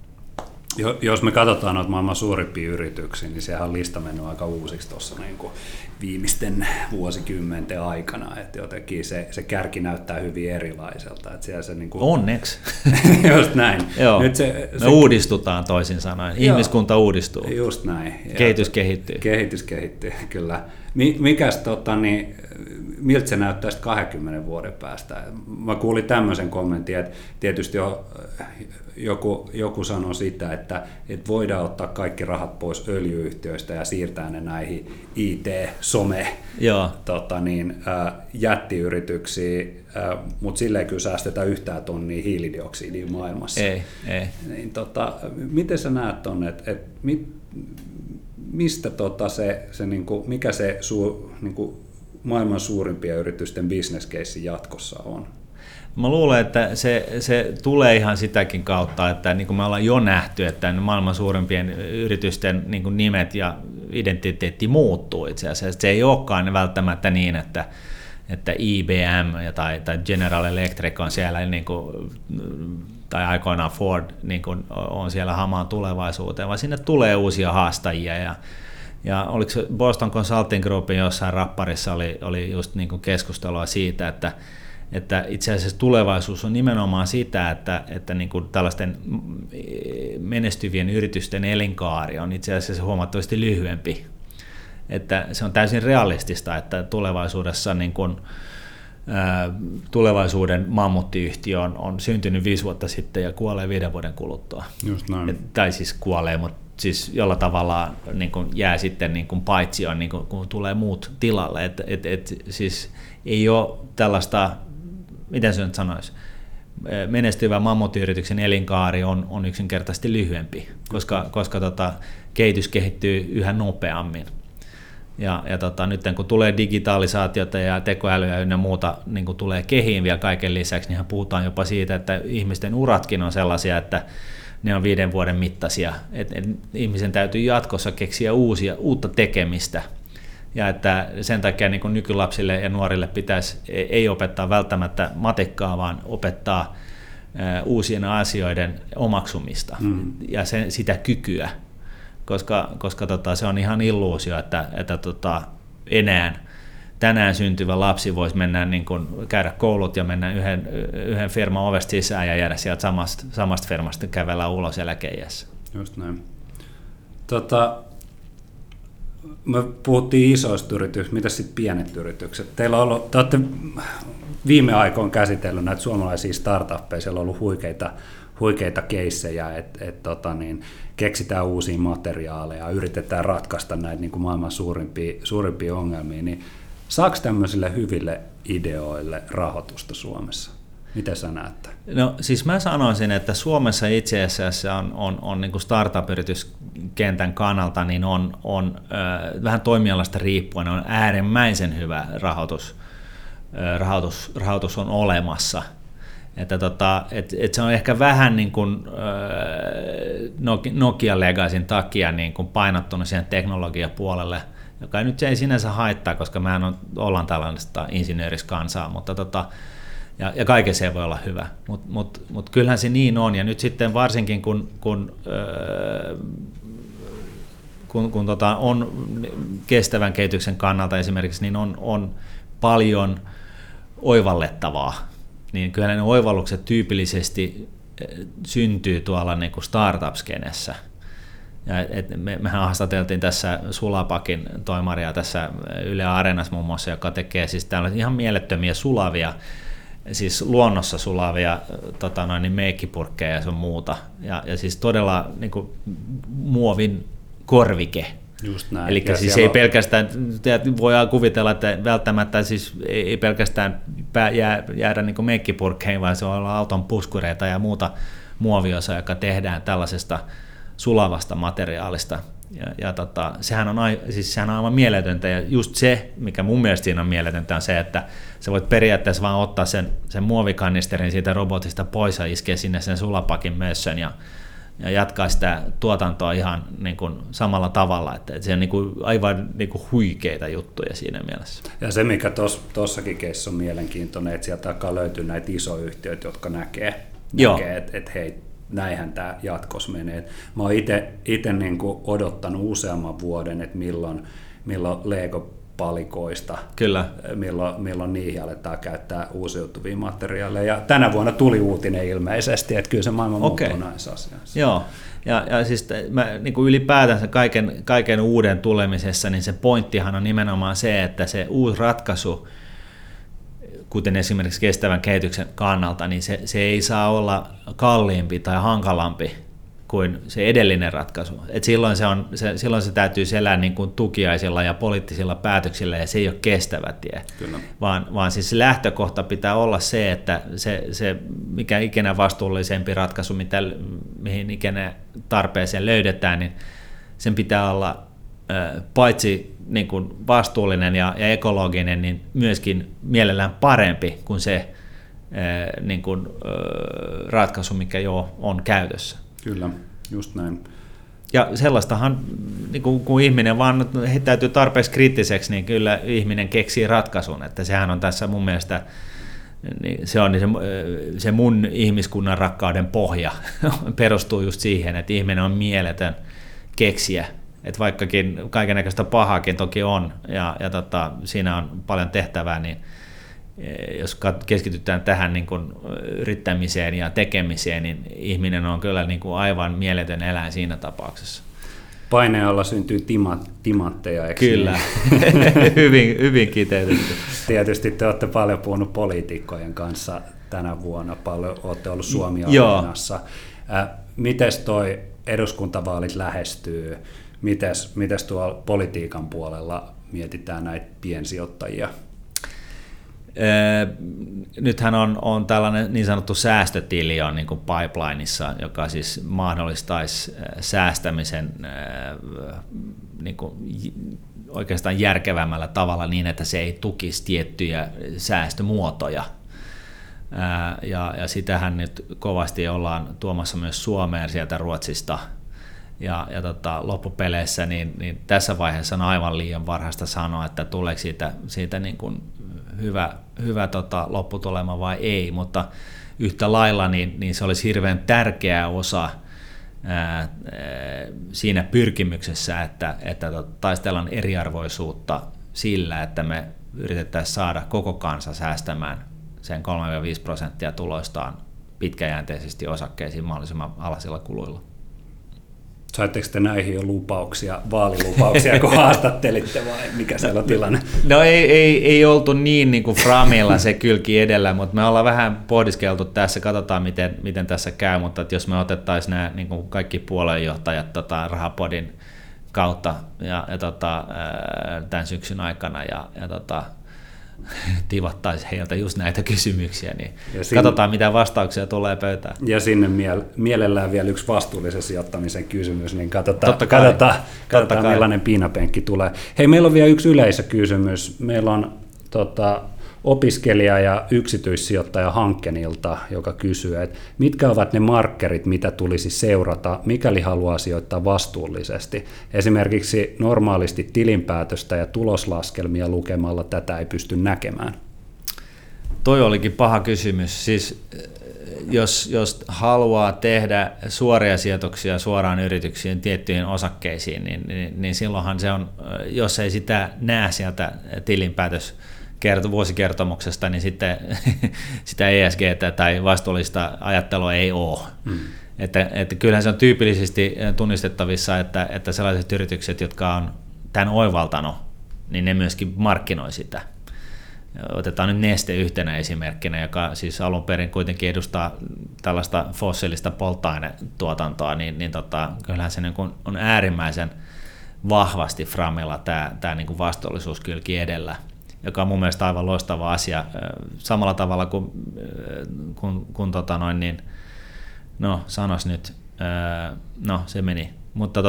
Jos me katsotaan noita maailman suurimpia yrityksiä, niin sehän on lista mennyt aika uusiksi tuossa niin kuin viimeisten vuosikymmenten aikana, että jotenkin se kärki näyttää hyvin erilaiselta. Että siellä se niin kuin... Onneksi. Just näin. Joo. Nyt me uudistutaan toisin sanoen. Ihmiskunta uudistuu. Just näin. Kehitys kehittyy. Kehitys kehittyy, kyllä. Mikäs miltä se näyttäisi 20 vuoden päästä. Mä kuulin tämmöisen kommentin, että tietysti joku sanoi sitä, että voidaan ottaa kaikki rahat pois öljyyhtiöistä ja siirtää ne näihin IT-some jättiyrityksiin, mutta sillä ei kyllä säästetä yhtään tonnia hiilidioksidia maailmassa. Ei. Niin, miten sä näet ton, että mistä se niinku, mikä se niinku, maailman suurimpien yritysten business case jatkossa on? Mä luulen, että se tulee ihan sitäkin kautta, että niin kuin me ollaan jo nähty, että maailman suurimpien yritysten niin kuin nimet ja identiteetti muuttuu itse asiassa. Se ei olekaan välttämättä niin, että IBM tai General Electric on siellä, niin kuin, tai aikoinaan Ford niin kuin on siellä hamaan tulevaisuuteen, vaan sinne tulee uusia haastajia. Ja oliko se Boston Consulting Groupin jossain rapparissa oli just niin kuin keskustelua siitä, että itse asiassa tulevaisuus on nimenomaan sitä, että niin kuin tällaisten menestyvien yritysten elinkaari on itse asiassa huomattavasti lyhyempi. Että se on täysin realistista, että tulevaisuudessa niin kuin, tulevaisuuden mammuttiyhtiö on syntynyt 5 vuotta sitten ja kuolee 5 vuoden kuluttua. Just näin. Tai siis kuolee, mutta siis jolla tavalla niin kuin jää sitten niin kuin paitsioon, niin kuin, kun tulee muut tilalle. Siis ei ole tällaista, miten se nyt sanoisi, menestyvä mammuttiyrityksen elinkaari on yksinkertaisesti lyhyempi, koska kehitys kehittyy yhä nopeammin. Ja nyt kun tulee digitalisaatiota ja tekoälyä ynnä muuta niin kun tulee kehiin vielä kaiken lisäksi, niin puhutaan jopa siitä, että ihmisten uratkin on sellaisia, että ne on 5 vuoden mittaisia. Et ihmisen täytyy jatkossa keksiä uutta tekemistä. Ja että sen takia niin kun nykylapsille ja nuorille pitäisi ei opettaa välttämättä matikkaa, vaan opettaa uusien asioiden omaksumista ja sitä kykyä. Koska se on ihan illuusio, että enää tänään syntyvä lapsi voisi mennä niin kuin, käydä koulut ja mennä yhden firman ovesta sisään ja jäädä sieltä samasta firmasta kävellä ulos eläkeiässä. Just näin. Me puhuttiin isoista yrityksistä, mitä sitten pienet yritykset? Te olette viime aikoina käsitellyt näitä suomalaisia startuppeja, siellä on ollut huikeita keissejä, että keksitään uusia materiaaleja, yritetään ratkaista näitä niin kuin maailman suurimpia ongelmia, niin saako tämmöisille hyville ideoille rahoitusta Suomessa? Miten sä näette? No siis mä sanoisin, että Suomessa itse asiassa on niin kuin startup-yrityskentän kannalta niin on vähän toimialasta riippuen on äärimmäisen hyvä rahoitus on olemassa. Että se on ehkä vähän niin kuin Nokia Legacyn takia niin kuin painottunut siihen teknologiapuolelle, joka nyt ei sinänsä haittaa, koska mä ollaan tällaista insinööriskansaa, mutta ja kaiken se voi olla hyvä, mutta kyllähän se niin on, ja nyt sitten varsinkin kun on kestävän kehityksen kannalta esimerkiksi, niin on paljon oivallettavaa, niin kyllä ne oivallukset tyypillisesti syntyy tuolla niin kuin startup-skenessä. Mehän haastateltiin tässä Sulapakin toimaria tässä Yle Areenassa muun muassa, joka tekee siis tällaisia ihan mielettömiä sulavia, siis luonnossa sulavia meikkipurkkeja ja sun muuta. Ja siis todella niin kuin muovin korvike. Just näin. Eli siis ei pelkästään, voidaan kuvitella, että välttämättä siis ei pelkästään jäädä niin kuin meikkipurkkeihin, vaan se voi olla auton puskureita ja muuta muoviosa, joka tehdään tällaisesta sulavasta materiaalista. Ja sehän on aivan mieletöntä, ja just se, mikä mun mielestä siinä on mieletöntä, on se, että sä voit periaatteessa vaan ottaa sen muovikannisterin siitä robotista pois ja iskeä sinne sen sulapakin mössön ja jatkaa sitä tuotantoa ihan niin kuin samalla tavalla, että se on niin kuin aivan niin kuin huikeita juttuja siinä mielessä. Ja se, mikä tuossakin keissä on mielenkiintoinen, että sieltä alkaa löytyä näitä isoyhtiöitä, jotka näkee että hei, näinhän tämä jatkos menee. Mä oon itse niin kuin odottanut useamman vuoden, että milloin Lego-palikoista, milloin niihin aletaan käyttää uusiutuvia materiaaleja. Ja tänä vuonna tuli uutinen ilmeisesti, että kyllä se maailman muuttuu näissä asioissa. Joo, ja siis niin kuin ylipäätänsä kaiken uuden tulemisessa, niin se pointtihan on nimenomaan se, että se uusi ratkaisu kuten esimerkiksi kestävän kehityksen kannalta, niin se ei saa olla kalliimpi tai hankalampi kuin se edellinen ratkaisu. Et silloin se täytyy elää niin kuin tukiaisilla ja poliittisilla päätöksillä, ja se ei ole kestävä tie. Vaan siis se lähtökohta pitää olla se, että se mikä ikinä vastuullisempi ratkaisu, mihin ikinä tarpeeseen löydetään, niin sen pitää olla paitsi niin kuin vastuullinen ja ekologinen, niin myöskin mielellään parempi kuin se niin kuin, ratkaisu, mikä jo on käytössä. Kyllä, just näin. Ja sellaistahan, niin kun ihminen vaan täytyy tarpeeksi kriittiseksi, niin kyllä ihminen keksii ratkaisun. Että sehän on tässä mun mielestä, se on se mun ihmiskunnan rakkauden pohja perustuu just siihen, että ihminen on mieletön keksijä. Että vaikkakin kaikennäköistä pahaakin toki on, ja siinä on paljon tehtävää, niin jos keskitytään tähän niin kuin yrittämiseen ja tekemiseen, niin ihminen on kyllä niin kuin aivan mieletön eläin siinä tapauksessa. Paineen alla syntyy timantteja, eikö? Kyllä, hyvin kiteytetty. Tietysti te olette paljon puhunut poliitikkojen kanssa tänä vuonna, paljon olette ollut Suomi-Arenassa. Mites toi eduskuntavaalit lähestyy? Mites tuolla politiikan puolella mietitään näitä piensijoittajia? Nythän on tällainen niin sanottu säästötili on niin kuin pipelineissa, joka siis mahdollistaisi säästämisen niin kuin oikeastaan järkevämmällä tavalla niin, että se ei tukisi tiettyjä säästömuotoja. Ja sitähän nyt kovasti ollaan tuomassa myös Suomeen sieltä Ruotsista. Ja loppupeleissä niin tässä vaiheessa on aivan liian varhaista sanoa, että tuleeko siitä niin kuin hyvä lopputulema vai ei, mutta yhtä lailla niin se olisi hirveän tärkeä osa siinä pyrkimyksessä, että taistellaan eriarvoisuutta sillä, että me yritettäisiin saada koko kansa säästämään sen 3-5% tuloistaan pitkäjänteisesti osakkeisiin mahdollisimman alhaisilla kuluilla. Saitteko te näihin jo lupauksia, vaalilupauksia, kun haastattelitte vai mikä siellä on tilanne? No ei oltu niin kuin framilla se kylki edellä, mutta me ollaan vähän pohdiskeltu tässä, katsotaan miten tässä käy, mutta jos me otettaisiin nämä niin kuin kaikki puoluejohtajat Rahapodin kautta ja tämän syksyn aikana ja tivattaisiin heiltä just näitä kysymyksiä, niin katsotaan mitä vastauksia tulee pöytään. Ja sinne mielellään vielä yksi vastuullisen sijoittamisen kysymys, niin katsotaan millainen piinapenkki tulee. Hei, meillä on vielä yksi yleisökysymys. Meillä on opiskelija ja yksityissijoittaja Hankkenilta, joka kysyy, että mitkä ovat ne markkerit, mitä tulisi seurata, mikäli haluaa sijoittaa vastuullisesti. Esimerkiksi normaalisti tilinpäätöstä ja tuloslaskelmia lukemalla tätä ei pysty näkemään. Toi olikin paha kysymys. Siis jos haluaa tehdä suoria sijoituksia suoraan yrityksiin tiettyihin osakkeisiin, niin silloinhan se on, jos ei sitä näe sieltä vuosikertomuksesta, niin sitten sitä ESG:tä tai vastuullista ajattelua ei ole. Että kyllähän se on tyypillisesti tunnistettavissa, että sellaiset yritykset, jotka on tämän oivaltanut, niin ne myöskin markkinoi sitä. Otetaan nyt Neste yhtenä esimerkkinä, joka siis alun perin kuitenkin edustaa tällaista fossiilista polttoainetuotantoa, niin kyllähän se niin kuin on äärimmäisen vahvasti framilla tämä niin kuin vastuullisuuskylki edellä, joka on mun mielestä aivan loistava asia. Samalla tavalla kuin sanois nyt, se meni, mutta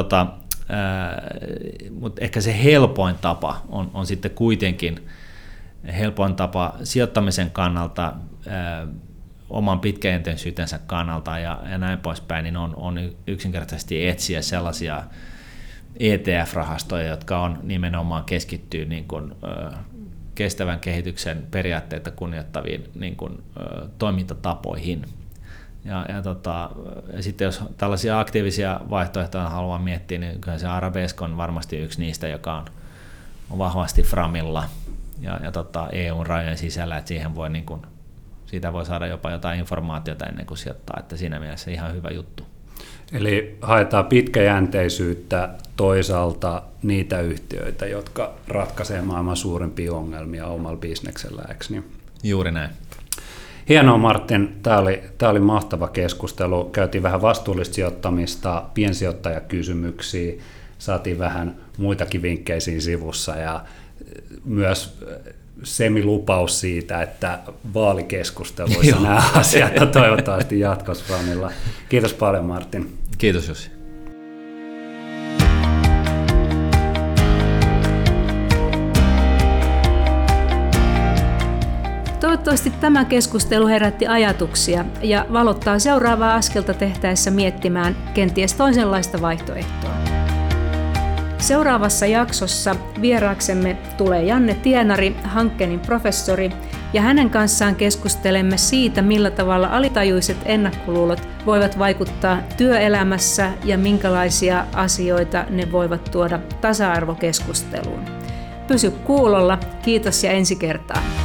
ehkä se helpoin tapa on sitten kuitenkin helpoin tapa sijoittamisen kannalta, oman pitkäjänteisyytensä kannalta ja näin poispäin, niin on yksinkertaisesti etsiä sellaisia ETF-rahastoja, jotka on nimenomaan keskittyy niin kuin kestävän kehityksen periaatteita kunnioittaviin niin kuin toimintatapoihin. Ja sitten jos tällaisia aktiivisia vaihtoehtoja haluaa miettiä, niin kyllä se Arabesque on varmasti yksi niistä, joka on vahvasti framilla ja EU-rajojen sisällä, että siihen voi niin kuin, siitä voi saada jopa jotain informaatiota ennen kuin sijoittaa, että siinä mielessä ihan hyvä juttu. Eli haetaan pitkäjänteisyyttä toisaalta niitä yhtiöitä, jotka ratkaisee maailman suurimpia ongelmia omalla bisneksellä, eikö niin? Juuri näin. Hienoa, Martin. Tämä oli mahtava keskustelu. Käytiin vähän vastuullista sijoittamista, piensijoittajakysymyksiä, saatiin vähän muitakin vinkkejä siinä sivussa ja myös semilupaus siitä, että vaalikeskusteluissa nämä asiat on toivottavasti jatkossa framilla. Kiitos paljon, Martin. Kiitos, Jussi. Toivottavasti tämä keskustelu herätti ajatuksia ja valottaa seuraavaa askelta tehtäessä miettimään kenties toisenlaista vaihtoehtoa. Seuraavassa jaksossa vieraaksemme tulee Janne Tienari, Hankenin professori, ja hänen kanssaan keskustelemme siitä, millä tavalla alitajuiset ennakkoluulot voivat vaikuttaa työelämässä ja minkälaisia asioita ne voivat tuoda tasa-arvokeskusteluun. Pysy kuulolla, kiitos ja ensi kertaan.